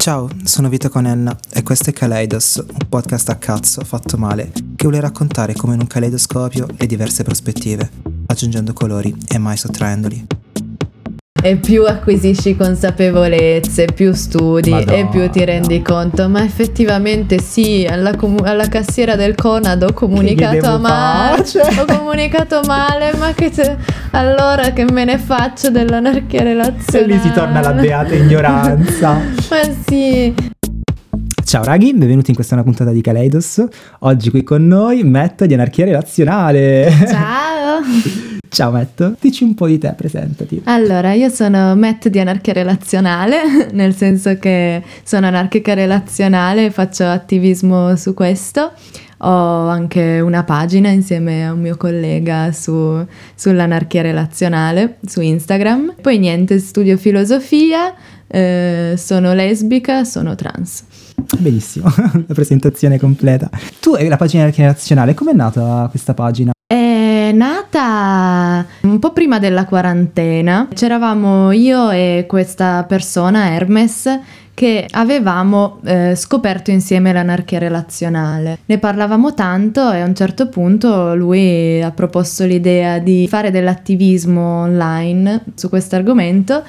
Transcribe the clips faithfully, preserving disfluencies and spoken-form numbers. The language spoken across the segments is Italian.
Ciao, sono Vito Conenna e questo è Kaleidos, un podcast a cazzo fatto male che vuole raccontare come in un caleidoscopio le diverse prospettive, aggiungendo colori e mai sottraendoli. E più acquisisci consapevolezze, più studi Madonna. e più ti rendi conto. Ma effettivamente sì, alla, comu- alla cassiera del Conad ho comunicato male. Ho comunicato male, ma che te- allora che me ne faccio dell'anarchia relazionale? E lì si torna alla beata ignoranza. Ma sì. Ciao raghi, benvenuti in questa nuova puntata di Kaleidos. Oggi qui con noi Matt di Anarchia Relazionale. Ciao. Ciao Matt, dici un po' di te, presentati. Allora, io sono Matt di Anarchia Relazionale, nel senso che sono anarchica relazionale e faccio attivismo su questo. Ho anche una pagina insieme a un mio collega su, sull'anarchia relazionale su Instagram. Poi niente, studio filosofia, eh, sono lesbica, sono trans. Benissimo, la presentazione completa. Tu hai la pagina Anarchia Relazionale, com'è nata questa pagina? È nata un po' prima della quarantena. C'eravamo io e questa persona, Hermes, che avevamo eh, scoperto insieme l'anarchia relazionale. Ne parlavamo tanto e a un certo punto lui ha proposto l'idea di fare dell'attivismo online su questo argomento.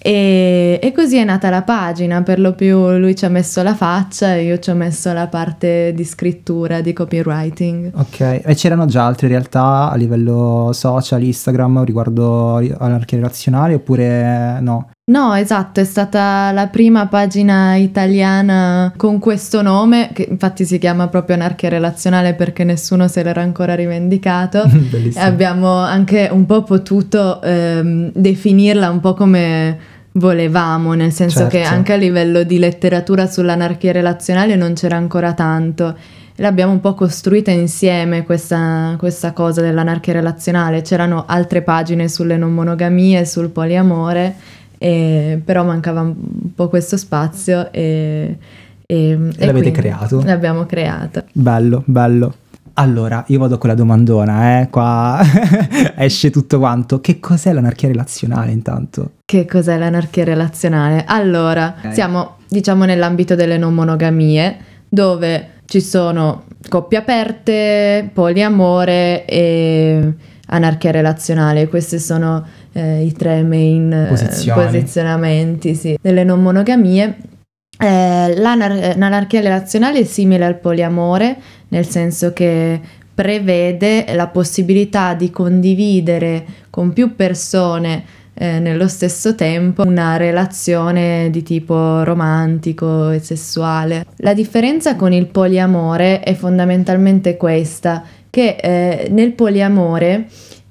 E, e così è nata la pagina. Per lo più lui ci ha messo la faccia e io ci ho messo la parte di scrittura, di copywriting. Ok, e c'erano già altre realtà a livello social, Instagram, riguardo all'anarchia relazionale oppure no? No, esatto, è stata la prima pagina italiana con questo nome, che infatti si chiama proprio Anarchia Relazionale perché nessuno se l'era ancora rivendicato. Bellissimo. E abbiamo anche un po' potuto ehm, definirla un po' come volevamo, nel senso Certo. che anche a livello di letteratura sull'anarchia relazionale non c'era ancora tanto. L'abbiamo un po' costruita insieme questa, questa cosa dell'anarchia relazionale. C'erano altre pagine sulle non monogamie, sul poliamore, e, però mancava un po' questo spazio e, e, E e l'avete quindi creato? L'abbiamo creato. Bello, bello. Allora, io vado con la domandona, eh, qua esce tutto quanto. Che cos'è l'anarchia relazionale intanto? Che cos'è l'anarchia relazionale? Allora, Ok. siamo diciamo nell'ambito delle non monogamie, dove ci sono coppie aperte, poliamore e anarchia relazionale. Questi sono eh, i tre main eh, Posizioni. posizionamenti, sì, delle non monogamie. Eh, l'anar- l'anarchia relazionale è simile al poliamore, nel senso che prevede la possibilità di condividere con più persone eh, nello stesso tempo una relazione di tipo romantico e sessuale. La differenza con il poliamore è fondamentalmente questa, che eh, nel poliamore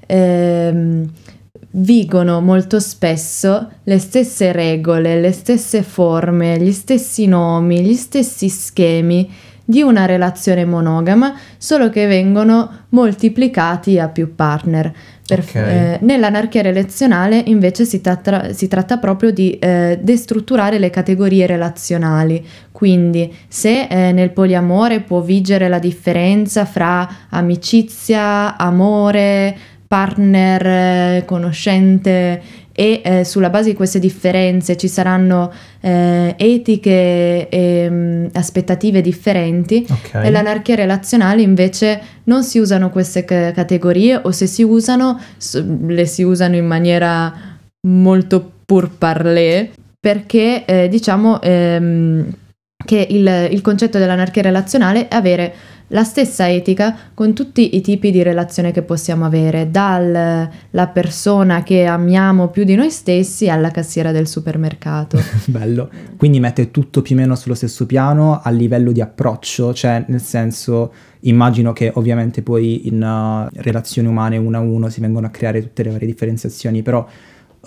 ehm, vigono molto spesso le stesse regole, le stesse forme, gli stessi nomi, gli stessi schemi di una relazione monogama, solo che vengono moltiplicati a più partner. Per, Ok. eh, nell'anarchia relazionale invece si tratta, si tratta proprio di eh, destrutturare le categorie relazionali. Quindi se eh, nel poliamore può vigere la differenza fra amicizia, amore, partner, eh, conoscente, e eh, sulla base di queste differenze ci saranno eh, etiche e mh, aspettative differenti. Ok. Nell'anarchia relazionale invece non si usano queste c- categorie, o se si usano s- le si usano in maniera molto pour parler, perché eh, diciamo ehm, che il, il concetto dell'anarchia relazionale è avere la stessa etica con tutti i tipi di relazione che possiamo avere, dalla persona che amiamo più di noi stessi alla cassiera del supermercato. Bello. Quindi mette tutto più o meno sullo stesso piano a livello di approccio, cioè nel senso, immagino che ovviamente poi in uh, relazioni umane uno a uno si vengono a creare tutte le varie differenziazioni, però uh,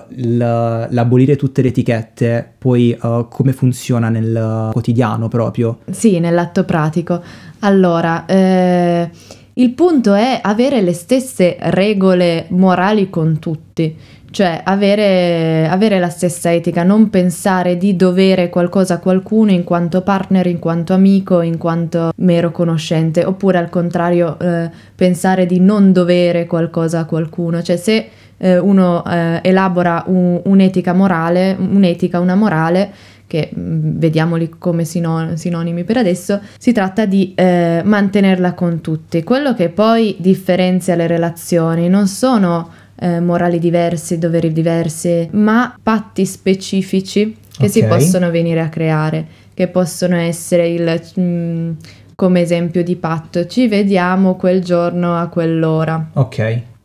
l- l'abolire tutte le etichette poi uh, come funziona nel quotidiano proprio? Sì, nell'atto pratico. Allora, eh, il punto è avere le stesse regole morali con tutti, cioè avere, avere la stessa etica, non pensare di dovere qualcosa a qualcuno in quanto partner, in quanto amico, in quanto mero conoscente, oppure al contrario eh, pensare di non dovere qualcosa a qualcuno. Cioè se eh, uno eh, elabora un, un'etica morale, un'etica, una morale che mh, vediamoli come sino- sinonimi per adesso, si tratta di eh, mantenerla con tutti. Quello che poi differenzia le relazioni non sono eh, morali diversi, doveri diversi, ma patti specifici che Ok. si possono venire a creare, che possono essere il... mh, come esempio di patto, ci vediamo quel giorno a quell'ora. Ok.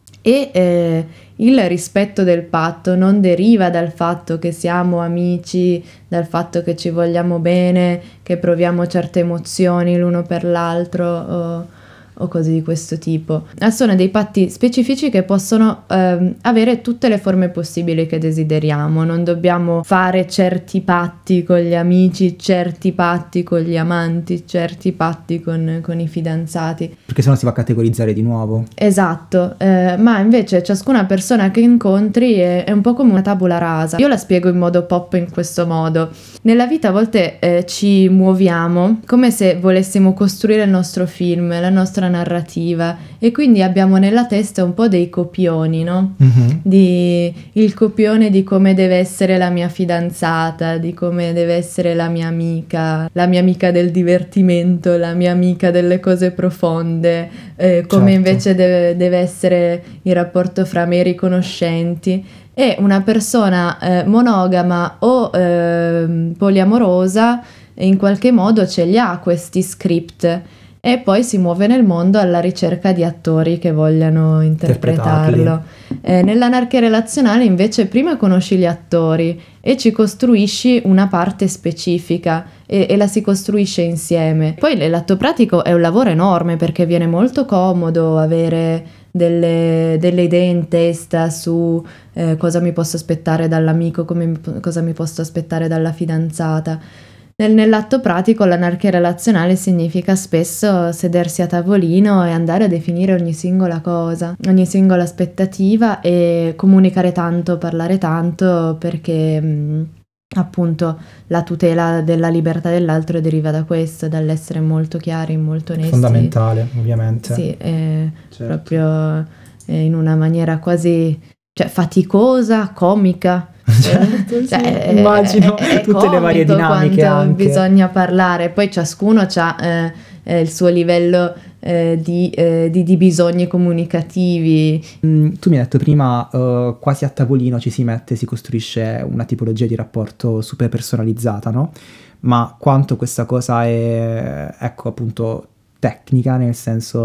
E eh, il rispetto del patto non deriva dal fatto che siamo amici, dal fatto che ci vogliamo bene, che proviamo certe emozioni l'uno per l'altro o, o cose di questo tipo. Ma sono dei patti specifici che possono ehm, avere tutte le forme possibili che desideriamo. Non dobbiamo fare certi patti con gli amici, certi patti con gli amanti, certi patti con, con i fidanzati. Perché sennò si va a categorizzare di nuovo. Esatto, eh, ma invece ciascuna persona che incontri è, è un po' come una tabula rasa. Io la spiego in modo pop in questo modo. Nella vita a volte eh, ci muoviamo come se volessimo costruire il nostro film, la nostra narrativa, e quindi abbiamo nella testa un po' dei copioni, no? Mhm. Di il copione di come deve essere la mia fidanzata, di come deve essere la mia amica, la mia amica del divertimento, la mia amica delle cose profonde, eh, come Certo. invece deve, deve essere il rapporto fra me e i riconoscenti. E una persona eh, monogama o ehm, poliamorosa in qualche modo ce li ha questi script e poi si muove nel mondo alla ricerca di attori che vogliano interpretarlo. Eh, nell'anarchia relazionale invece prima conosci gli attori e ci costruisci una parte specifica e, e la si costruisce insieme. Poi l'atto pratico è un lavoro enorme perché viene molto comodo avere delle, delle idee in testa su eh, cosa mi posso aspettare dall'amico, come mi, cosa mi posso aspettare dalla fidanzata. Nel, nell'atto pratico l'anarchia relazionale significa spesso sedersi a tavolino e andare a definire ogni singola cosa, ogni singola aspettativa e comunicare tanto, parlare tanto perché mh, appunto la tutela della libertà dell'altro deriva da questo, dall'essere molto chiari, molto onesti. Fondamentale, ovviamente. Sì, eh, Certo. proprio eh, in una maniera quasi cioè, faticosa, comica. Certo, sì. Cioè, è- Immagino è- è tutte le varie comico dinamiche quanto anche. bisogna parlare, poi ciascuno ha il suo livello eh, di, eh, di- di bisogni comunicativi. Mm, tu mi hai detto prima, eh, quasi a tavolino ci si mette, si costruisce una tipologia di rapporto super personalizzata, no? Ma quanto questa cosa è, ecco, appunto, tecnica, nel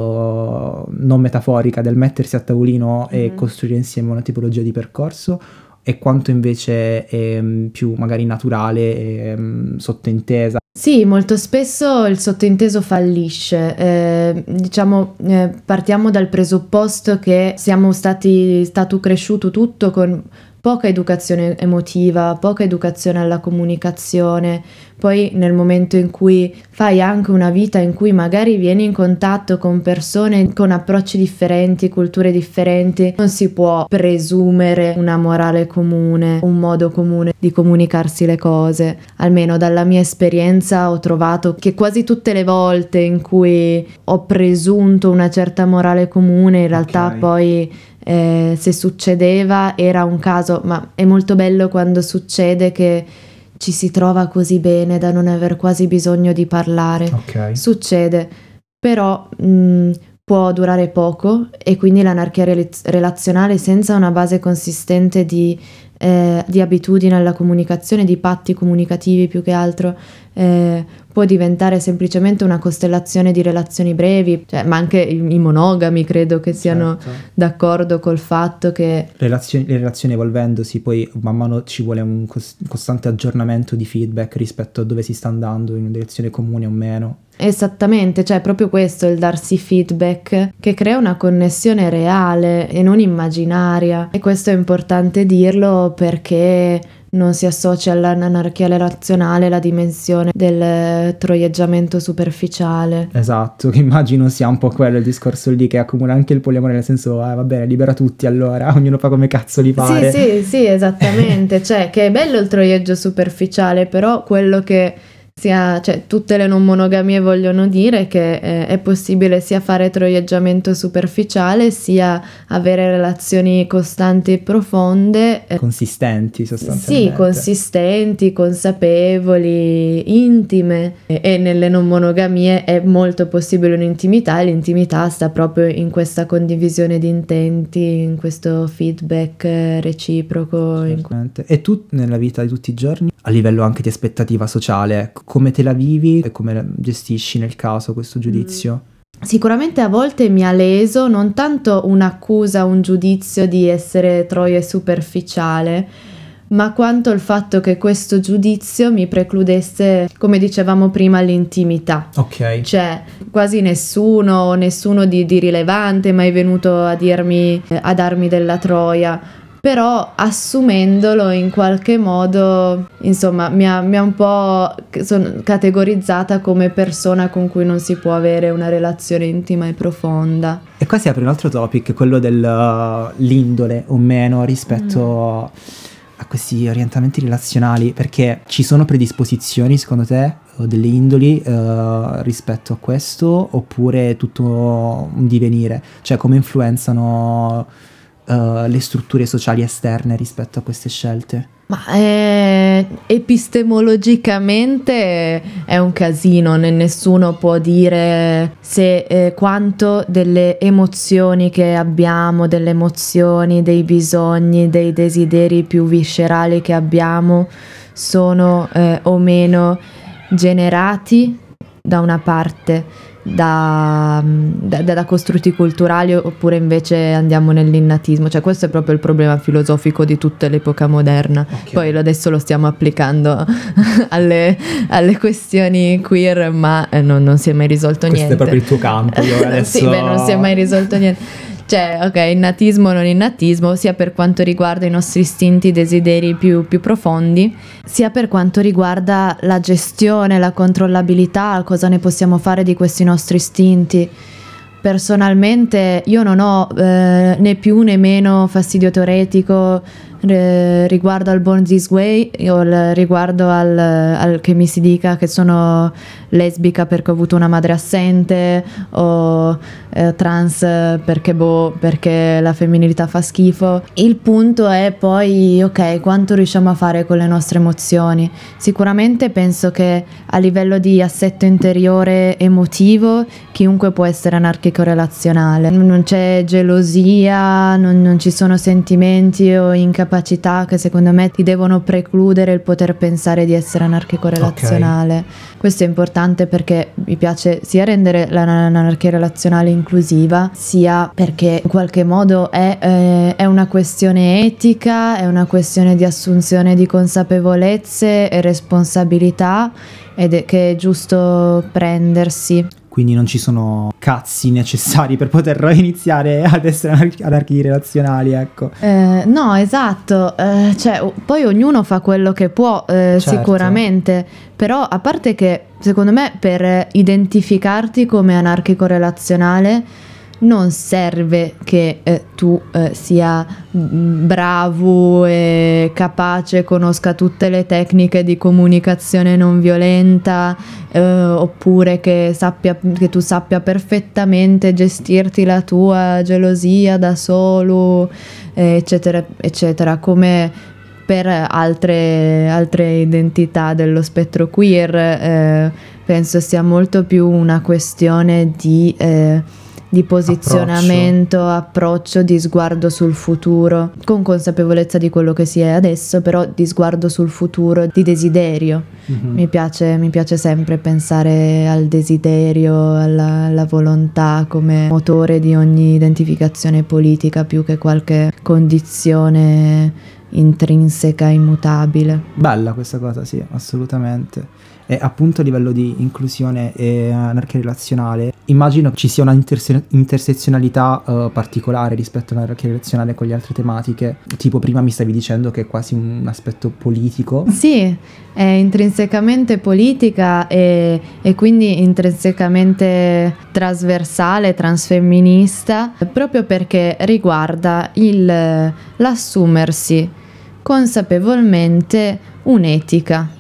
senso non metaforica, del mettersi a tavolino e Mhm. costruire insieme una tipologia di percorso, e quanto invece è mm, più magari naturale e mm, sottintesa. Sì, molto spesso il sottinteso fallisce. Eh, diciamo, eh, partiamo dal presupposto che siamo stati, stato cresciuto tutto con poca educazione emotiva, poca educazione alla comunicazione. Poi nel momento in cui fai anche una vita in cui magari vieni in contatto con persone con approcci differenti, culture differenti, non si può presumere una morale comune, un modo comune di comunicarsi le cose. Almeno dalla mia esperienza ho trovato che quasi tutte le volte in cui ho presunto una certa morale comune, in realtà Ok. poi eh, se succedeva era un caso, ma è molto bello quando succede che ci si trova così bene da non aver quasi bisogno di parlare. Ok. Succede, però mh, può durare poco e quindi l'anarchia rel- relazionale senza una base consistente di, eh, di abitudine alla comunicazione, di patti comunicativi più che altro, eh, può diventare semplicemente una costellazione di relazioni brevi, cioè, ma anche i, i monogami credo che siano Certo. d'accordo col fatto che Relazioni- le relazioni evolvendosi, poi man mano ci vuole un cos- costante aggiornamento di feedback rispetto a dove si sta andando, in una direzione comune o meno. esattamente, cioè proprio questo, il darsi feedback che crea una connessione reale e non immaginaria, e questo è importante dirlo perché non si associa all'anarchia relazionale la dimensione del troieggiamento superficiale. Esatto, che immagino sia un po' quello il discorso lì che accomuna anche il poliamore, nel senso, ah, va bene, libera tutti allora, ognuno fa come cazzo gli pare. Sì, sì, sì, esattamente, cioè che è bello il troieggio superficiale, però quello che sia, cioè, tutte le non monogamie vogliono dire che eh, è possibile sia fare troieggiamento superficiale sia avere relazioni costanti e profonde, eh, consistenti sostanzialmente. sì, consistenti, consapevoli, intime, e, e nelle non monogamie è molto possibile un'intimità, e l'intimità sta proprio in questa condivisione di intenti, in questo feedback eh, reciproco. in cui- E tu nella vita di tutti i giorni, a livello anche di aspettativa sociale, ecco, come te la vivi e come la gestisci nel caso questo giudizio? Sicuramente a volte mi ha leso non tanto un'accusa, un giudizio di essere troia superficiale, ma quanto il fatto che questo giudizio mi precludesse, come dicevamo prima, l'intimità. Ok. Cioè, quasi nessuno, nessuno di, di rilevante è mai venuto a dirmi, eh, a darmi della troia. Però assumendolo in qualche modo, insomma, mi ha, mi ha un po' sono categorizzata come persona con cui non si può avere una relazione intima e profonda. E qua si apre un altro topic, quello dell'indole o meno rispetto mm. a questi orientamenti relazionali, perché ci sono predisposizioni secondo te o delle indoli uh, rispetto a questo, oppure è tutto un divenire? Cioè come influenzano Uh, le strutture sociali esterne rispetto a queste scelte? Ma eh, epistemologicamente è un casino, né- nessuno può dire se eh, quanto delle emozioni che abbiamo, delle emozioni, dei bisogni, dei desideri più viscerali che abbiamo sono eh, o meno generati da una parte Da, da, da costrutti culturali, oppure invece andiamo nell'innatismo. Cioè questo è proprio il problema filosofico di tutta l'epoca moderna. Okay. Poi adesso lo stiamo applicando alle, alle questioni queer, ma eh, non, non si è mai risolto questo niente. Questo è proprio il tuo campo. Io adesso... Sì, beh, non si è mai risolto niente. Cioè, ok, innatismo o non innatismo, sia per quanto riguarda i nostri istinti, desideri più, più profondi, sia per quanto riguarda la gestione, la controllabilità, cosa ne possiamo fare di questi nostri istinti. Personalmente io non ho eh, né più né meno fastidio teoretico eh, riguardo al Born This Way o l- riguardo al, al che mi si dica che sono lesbica perché ho avuto una madre assente, o eh, trans perché boh, perché la femminilità fa schifo. Il punto è poi, ok, quanto riusciamo a fare con le nostre emozioni. Sicuramente penso che a livello di assetto interiore emotivo chiunque può essere anarchico relazionale, non c'è gelosia, non, non ci sono sentimenti o incapacità che secondo me ti devono precludere il poter pensare di essere anarchico relazionale. Okay. Questo è importante perché mi piace sia rendere l'anarchia relazionale inclusiva, sia perché in qualche modo è, eh, è una questione etica, è una questione di assunzione di consapevolezze e responsabilità, ed è che è giusto prendersi. Quindi non ci sono cazzi necessari per poter iniziare ad essere anar- anarchi relazionali, ecco. Eh, no, esatto, eh, cioè poi ognuno fa quello che può, eh, certo. Sicuramente, però a parte che secondo me per identificarti come anarchico relazionale non serve che eh, tu eh, sia bravo e capace, conosca tutte le tecniche di comunicazione non violenta, eh, oppure che sappia che tu sappia perfettamente gestirti la tua gelosia da solo, eh, eccetera eccetera, come per altre, altre identità dello spettro queer. Eh, penso sia molto più una questione di eh, di posizionamento, approccio. approccio, di sguardo sul futuro, con consapevolezza di quello che si è adesso, però di sguardo sul futuro, di desiderio. Mm-hmm. Mi piace, mi piace sempre pensare al desiderio, alla, alla volontà come motore di ogni identificazione politica, più che qualche condizione intrinseca, immutabile. Bella questa cosa, sì, assolutamente. E appunto a livello di inclusione e anarchia relazionale, immagino ci sia una interse- intersezionalità uh, particolare rispetto all'anarchia relazionale con le altre tematiche. Tipo prima mi stavi dicendo che è quasi un aspetto politico. Sì, è intrinsecamente politica e, e quindi intrinsecamente trasversale, transfemminista, proprio perché riguarda il, l'assumersi consapevolmente un'etica.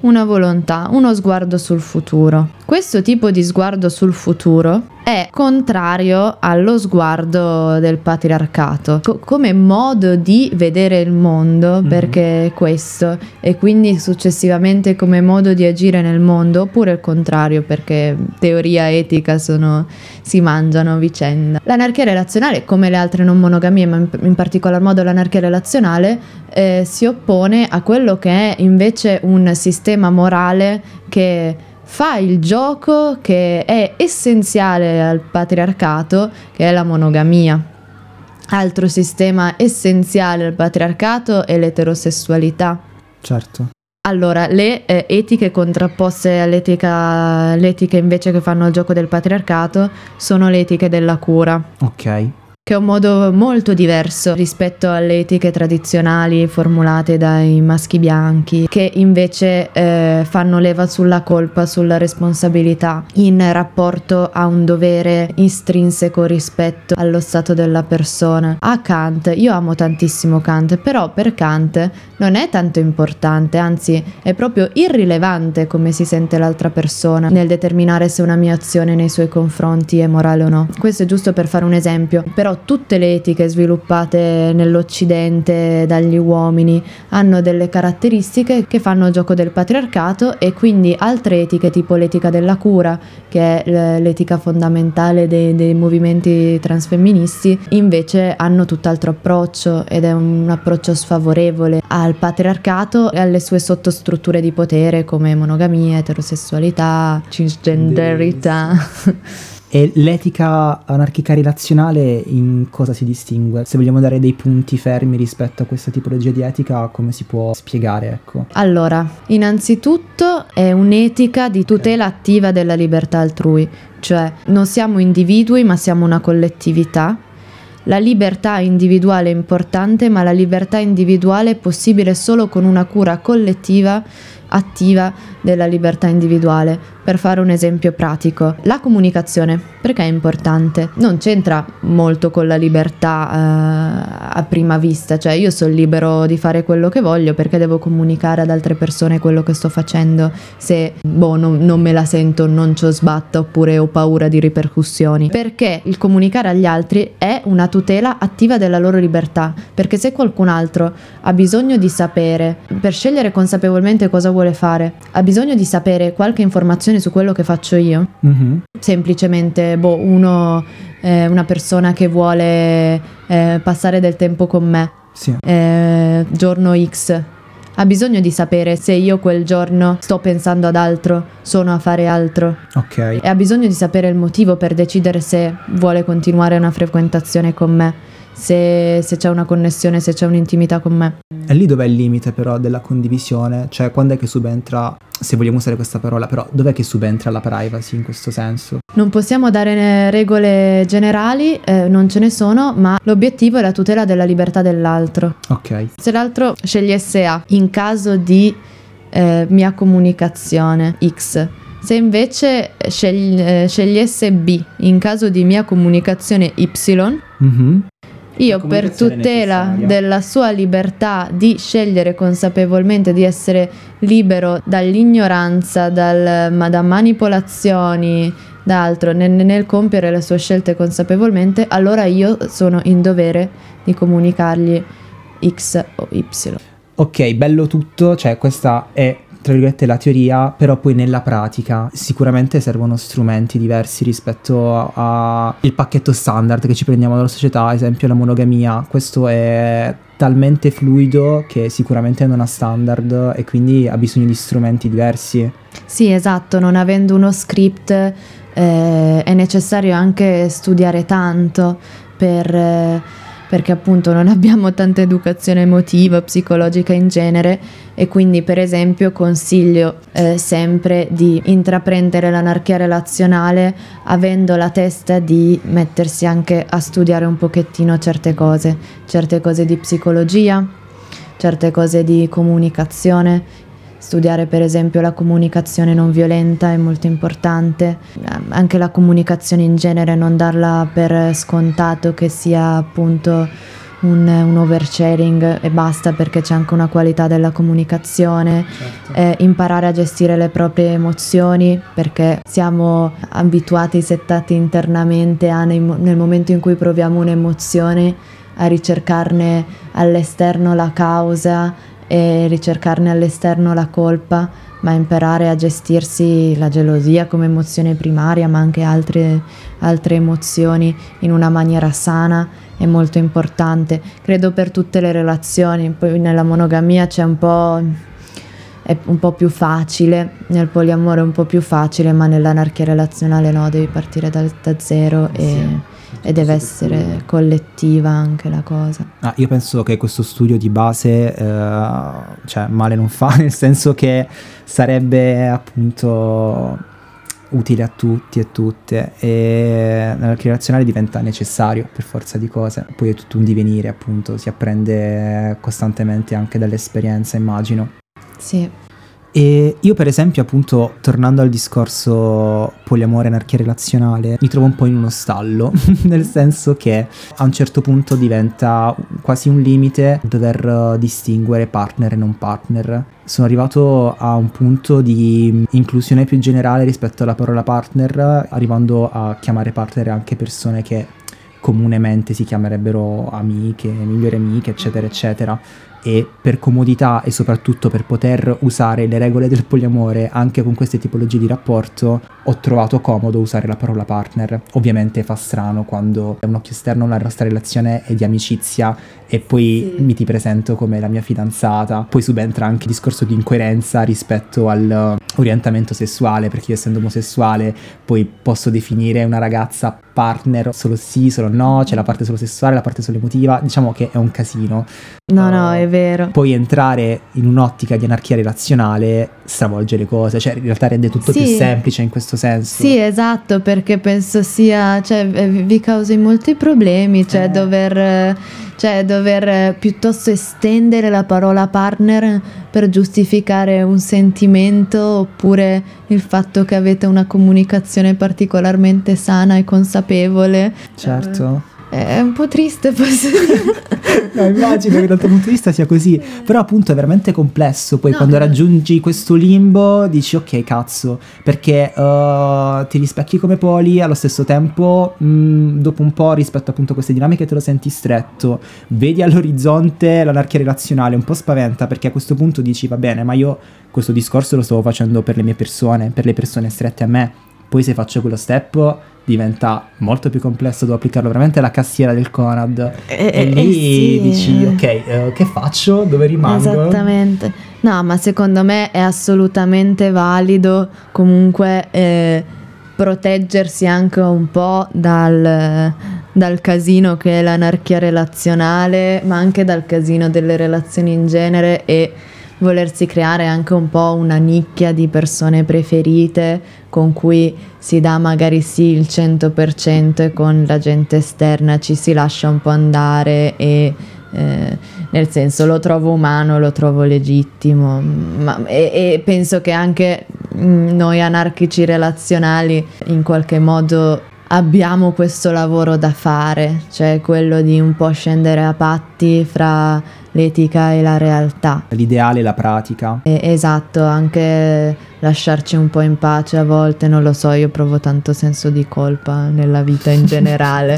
una volontà, uno sguardo sul futuro. Questo tipo di sguardo sul futuro è contrario allo sguardo del patriarcato co- come modo di vedere il mondo, mm-hmm. perché è questo, e quindi successivamente come modo di agire nel mondo, oppure il contrario, perché teoria e etica sono, si mangiano a vicenda. L'anarchia relazionale, come le altre non monogamie, ma in, in particolar modo l'anarchia relazionale, eh, si oppone a quello che è invece un sistema morale che fa il gioco che è essenziale al patriarcato, che è la monogamia. Altro sistema essenziale al patriarcato è l'eterosessualità. Certo. Allora, le eh, etiche contrapposte all'etica, le etiche invece che fanno il gioco del patriarcato sono le etiche della cura. Ok. Che è un modo molto diverso rispetto alle etiche tradizionali formulate dai maschi bianchi, che invece eh, fanno leva sulla colpa, sulla responsabilità, in rapporto a un dovere intrinseco rispetto allo stato della persona. A Kant, io amo tantissimo Kant, però per Kant non è tanto importante, anzi è proprio irrilevante come si sente l'altra persona nel determinare se una mia azione nei suoi confronti è morale o no. Questo è giusto per fare un esempio, però tutte le etiche sviluppate nell'Occidente dagli uomini hanno delle caratteristiche che fanno il gioco del patriarcato, e quindi altre etiche tipo l'etica della cura, che è l'etica fondamentale dei, dei movimenti transfemministi, invece hanno tutt'altro approccio, ed è un approccio sfavorevole al patriarcato e alle sue sottostrutture di potere come monogamia, eterosessualità, cisgenderità. E l'etica anarchica relazionale in cosa si distingue? Se vogliamo dare dei punti fermi rispetto a questa tipologia di etica, come si può spiegare, ecco? Allora, innanzitutto è un'etica di tutela attiva della libertà altrui, cioè non siamo individui ma siamo una collettività. La libertà individuale è importante, ma la libertà individuale è possibile solo con una cura collettiva attiva della libertà individuale. Per fare un esempio pratico, la comunicazione, perché è importante? Non c'entra molto con la libertà eh, a prima vista, cioè io sono libero di fare quello che voglio perché devo comunicare ad altre persone quello che sto facendo, se boh, non, non me la sento, non ci ho sbatta, oppure ho paura di ripercussioni, perché il comunicare agli altri è una tutela attiva della loro libertà, perché se qualcun altro ha bisogno di sapere, per scegliere consapevolmente cosa vuole fare, ha bisogno di sapere qualche informazione su quello che faccio io, mm-hmm. semplicemente boh, uno eh, una persona che vuole eh, passare del tempo con me, sì. eh, giorno X, ha bisogno di sapere se io quel giorno sto pensando ad altro, sono a fare altro, ok, e ha bisogno di sapere il motivo per decidere se vuole continuare una frequentazione con me, se, se c'è una connessione, se c'è un'intimità con me. È lì dov'è il limite però della condivisione? Cioè quando è che subentra, se vogliamo usare questa parola, però dov'è che subentra la privacy in questo senso? Non possiamo dare regole generali, eh, non ce ne sono, ma l'obiettivo è la tutela della libertà dell'altro. Ok. Se l'altro scegliesse A in caso di eh, mia comunicazione X, se invece scegli, eh, scegliesse B in caso di mia comunicazione Y, mm-hmm. io per tutela necessaria della sua libertà di scegliere consapevolmente, di essere libero dall'ignoranza, dal, ma da manipolazioni, da altro, nel, nel compiere le sue scelte consapevolmente, allora io sono in dovere di comunicargli X o Y. Ok, bello tutto, cioè questa è tra virgolette la teoria, però poi nella pratica sicuramente servono strumenti diversi rispetto al pacchetto standard che ci prendiamo dalla società, ad esempio la monogamia. Questo è talmente fluido che sicuramente non ha standard e quindi ha bisogno di strumenti diversi. Sì, esatto, non avendo uno script eh, è necessario anche studiare tanto per... Eh, perché appunto non abbiamo tanta educazione emotiva, psicologica in genere, e quindi per esempio consiglio eh, sempre di intraprendere l'anarchia relazionale avendo la testa di mettersi anche a studiare un pochettino certe cose, certe cose di psicologia, certe cose di comunicazione. Studiare per esempio la comunicazione non violenta è molto importante, anche la comunicazione in genere, non darla per scontato che sia appunto un, un oversharing e basta, perché c'è anche una qualità della comunicazione, Certo. eh, imparare a gestire le proprie emozioni, perché siamo abituati, settati internamente a nei, nel momento in cui proviamo un'emozione a ricercarne all'esterno la causa e ricercarne all'esterno la colpa, ma imparare a gestirsi la gelosia come emozione primaria, ma anche altre, altre emozioni in una maniera sana è molto importante, credo, per tutte le relazioni. Poi nella monogamia c'è un po', è un po' più facile, nel poliamore è un po' più facile, ma nell'anarchia relazionale no, devi partire da, da zero e... Sì. E deve essere collettiva anche la cosa. Ah, io penso che questo studio di base, eh, cioè male non fa, nel senso che sarebbe appunto utile a tutti e tutte, e nell'archivio relazionale diventa necessario per forza di cose. Poi è tutto un divenire, appunto, si apprende costantemente anche dall'esperienza, immagino. Sì. E io per esempio, appunto, tornando al discorso poliamore, anarchia relazionale, mi trovo un po' in uno stallo, nel senso che a un certo punto diventa quasi un limite dover distinguere partner e non partner. Sono arrivato a un punto di inclusione più generale rispetto alla parola partner, arrivando a chiamare partner anche persone che comunemente si chiamerebbero amiche, migliori amiche, eccetera, eccetera. E per comodità e soprattutto per poter usare le regole del poliamore anche con queste tipologie di rapporto, ho trovato comodo usare la parola partner. Ovviamente fa strano quando è un occhio esterno la nostra relazione è di amicizia e poi Sì. mi ti presento come la mia fidanzata. Poi subentra anche il discorso di incoerenza rispetto all'orientamento sessuale, perché io, essendo omosessuale, poi posso definire una ragazza partner solo sì, solo no, c'è la parte solo sessuale, la parte solo emotiva. Diciamo che è un casino. No, no, è vero. Poi entrare in un'ottica di anarchia relazionale stravolge le cose, cioè in realtà rende tutto Sì. più semplice in questo senso. Sì, esatto, perché penso sia, cioè, eh, vi causi molti problemi, cioè Eh. dover, eh, cioè dover eh, piuttosto estendere la parola partner per giustificare un sentimento, oppure il fatto che avete una comunicazione particolarmente sana e consapevole. Certo. È un po' triste, posso dire. No, immagino che dal tuo punto di vista sia così, però appunto è veramente complesso. Poi No, quando no. raggiungi questo limbo dici ok, cazzo, perché uh, ti rispecchi come poli, allo stesso tempo mh, dopo un po', rispetto appunto a queste dinamiche, te lo senti stretto, vedi all'orizzonte l'anarchia relazionale, un po' spaventa, perché a questo punto dici va bene, ma io questo discorso lo stavo facendo per le mie persone, per le persone strette a me. Poi se faccio quello step diventa molto più complesso, devo applicarlo veramente alla cassiera del Conad Eh, e eh, lì sì. dici ok, eh, che faccio? Dove rimango? Esattamente. No, ma secondo me è assolutamente valido comunque eh, proteggersi anche un po' dal, dal casino che è l'anarchia relazionale, ma anche dal casino delle relazioni in genere, e volersi creare anche un po' una nicchia di persone preferite con cui si dà magari sì il cento per cento e con la gente esterna ci si lascia un po' andare, e eh, nel senso lo trovo umano, lo trovo legittimo, ma, e, e penso che anche mh, noi anarchici relazionali in qualche modo abbiamo questo lavoro da fare, cioè quello di un po' scendere a patti fra l'etica e la realtà. L'ideale e la pratica. E, esatto, anche lasciarci un po' in pace a volte, non lo so, io provo tanto senso di colpa nella vita in generale.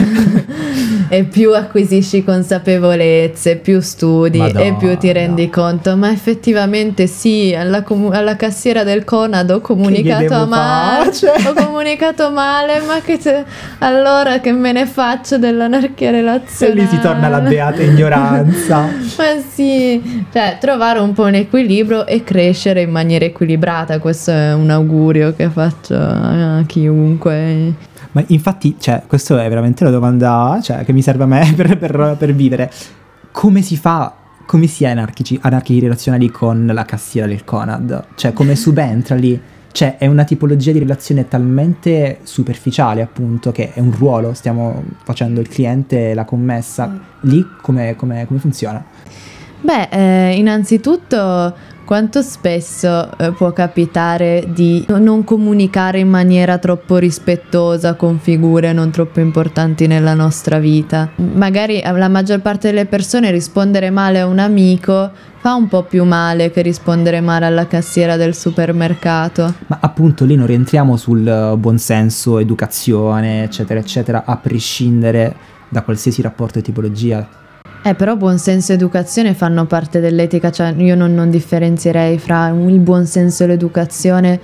E più acquisisci consapevolezze, più studi, Madonna. e più ti rendi conto, ma effettivamente sì, alla, comu- alla cassiera del Conad ho comunicato devo a male, fare? ho comunicato male, ma che te- allora che me ne faccio dell'anarchia E relazionale? lì si torna alla beata ignoranza. Ma sì, cioè trovare un po' un equilibrio e crescere in maniera equilibrata, questo è un augurio che faccio a chiunque. Ma infatti, cioè, questa è veramente la domanda, cioè, che mi serve a me per, per, per vivere. Come si fa, come si è anarchici, anarchici relazionali con la cassiera del Conad? Cioè, come subentra lì? Cioè, è una tipologia di relazione talmente superficiale, appunto, che è un ruolo, stiamo facendo il cliente, la commessa. Lì come, come, come funziona? Beh, eh, innanzitutto quanto spesso eh, può capitare di non comunicare in maniera troppo rispettosa con figure non troppo importanti nella nostra vita. Magari la maggior parte delle persone rispondere male a un amico fa un po' più male che rispondere male alla cassiera del supermercato. Ma appunto lì non rientriamo sul buonsenso, educazione, eccetera, eccetera, a prescindere da qualsiasi rapporto e tipologia. Eh, però buonsenso e educazione fanno parte dell'etica, cioè io non, non differenzierei fra il buonsenso e l'educazione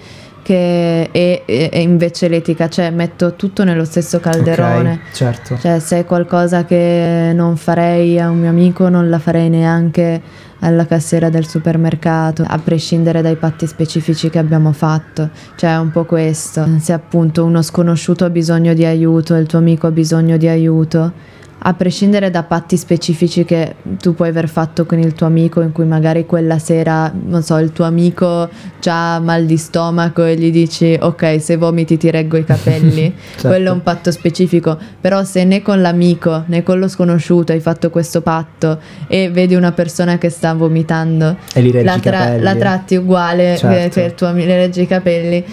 che e, e, e invece l'etica, cioè metto tutto nello stesso calderone. Ok, certo. Cioè se è qualcosa che non farei a un mio amico non la farei neanche alla cassiera del supermercato, a prescindere dai patti specifici che abbiamo fatto. Cioè è un po' questo, se appunto uno sconosciuto ha bisogno di aiuto e il tuo amico ha bisogno di aiuto, a prescindere da patti specifici che tu puoi aver fatto con il tuo amico, in cui magari quella sera, non so, il tuo amico già ha mal di stomaco e gli dici ok, se vomiti ti reggo i capelli. Certo. Quello è un patto specifico. Però se né con l'amico né con lo sconosciuto hai fatto questo patto e vedi una persona che sta vomitando e li reggi la, tra- i capelli, la tratti uguale, certo, che, che il tuo amico le reggi i capelli,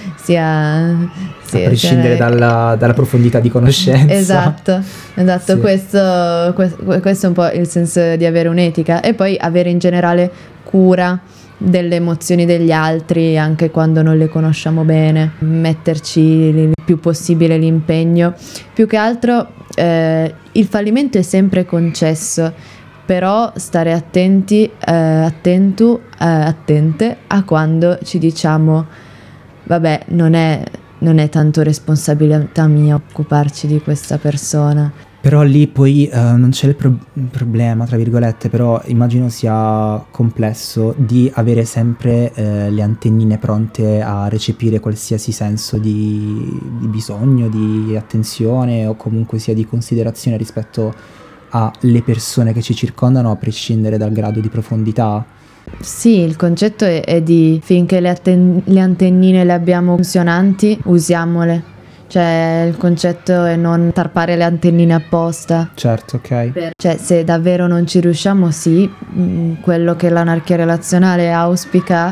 sia... Sì, a prescindere cioè, dalla, dalla profondità di conoscenza. Esatto, esatto, sì. questo, questo è un po' il senso di avere un'etica, e poi avere in generale cura delle emozioni degli altri anche quando non le conosciamo bene, metterci il più possibile l'impegno. Più che altro eh, il fallimento è sempre concesso, però stare attenti, eh, attento, eh, attente a quando ci diciamo vabbè, non è non è tanto responsabilità mia occuparci di questa persona. Però lì poi uh, non c'è il pro- problema, tra virgolette, però immagino sia complesso di avere sempre uh, le antennine pronte a recepire qualsiasi senso di, di bisogno, di attenzione o comunque sia di considerazione rispetto alle persone che ci circondano, a prescindere dal grado di profondità. Sì, il concetto è, è di finché le, atten- le antennine le abbiamo funzionanti, usiamole. Cioè il concetto è non tarpare le antennine apposta. Certo, ok. Per, cioè se davvero non ci riusciamo, sì, mh, quello che l'anarchia relazionale auspica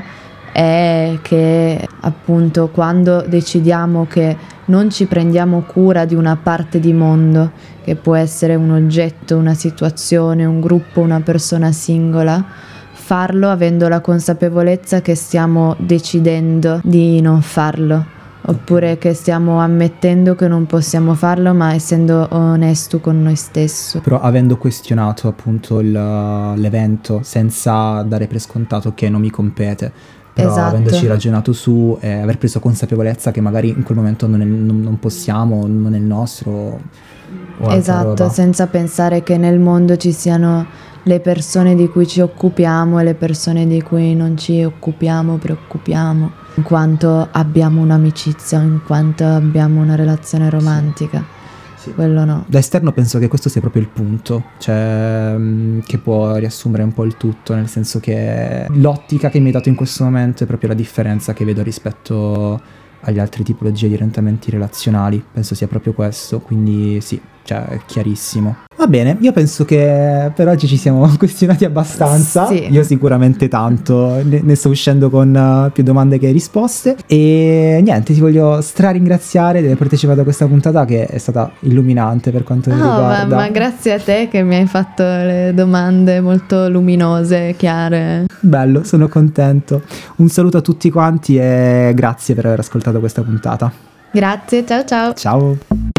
è che appunto quando decidiamo che non ci prendiamo cura di una parte di mondo, che può essere un oggetto, una situazione, un gruppo, una persona singola, farlo avendo la consapevolezza che stiamo decidendo di non farlo, oppure che stiamo ammettendo che non possiamo farlo, ma essendo onesto con noi stesso. Però avendo questionato appunto il, l'evento senza dare per scontato che non mi compete, però esatto, avendoci ragionato su e aver preso consapevolezza che magari in quel momento non, è, non, non possiamo, non è il nostro. O esatto, roba. Senza pensare che nel mondo ci siano le persone di cui ci occupiamo e le persone di cui non ci occupiamo, preoccupiamo, in quanto abbiamo un'amicizia, in quanto abbiamo una relazione romantica. Sì. Quello no. Da esterno penso che questo sia proprio il punto, cioè che può riassumere un po' il tutto, nel senso che l'ottica che mi hai dato in questo momento è proprio la differenza che vedo rispetto agli altri tipologie di orientamenti relazionali. Penso sia proprio questo, quindi sì, cioè è chiarissimo. Va bene, io penso che per oggi ci siamo questionati abbastanza. Sì. Io sicuramente tanto, ne, ne sto uscendo con uh, più domande che risposte. E niente, ti voglio straringraziare di aver partecipato a questa puntata, che è stata illuminante per quanto mi oh, riguarda. Ma, ma grazie a te che mi hai fatto le domande molto luminose, chiare. Bello, sono contento. Un saluto a tutti quanti e grazie per aver ascoltato questa puntata. Grazie, ciao ciao. Ciao.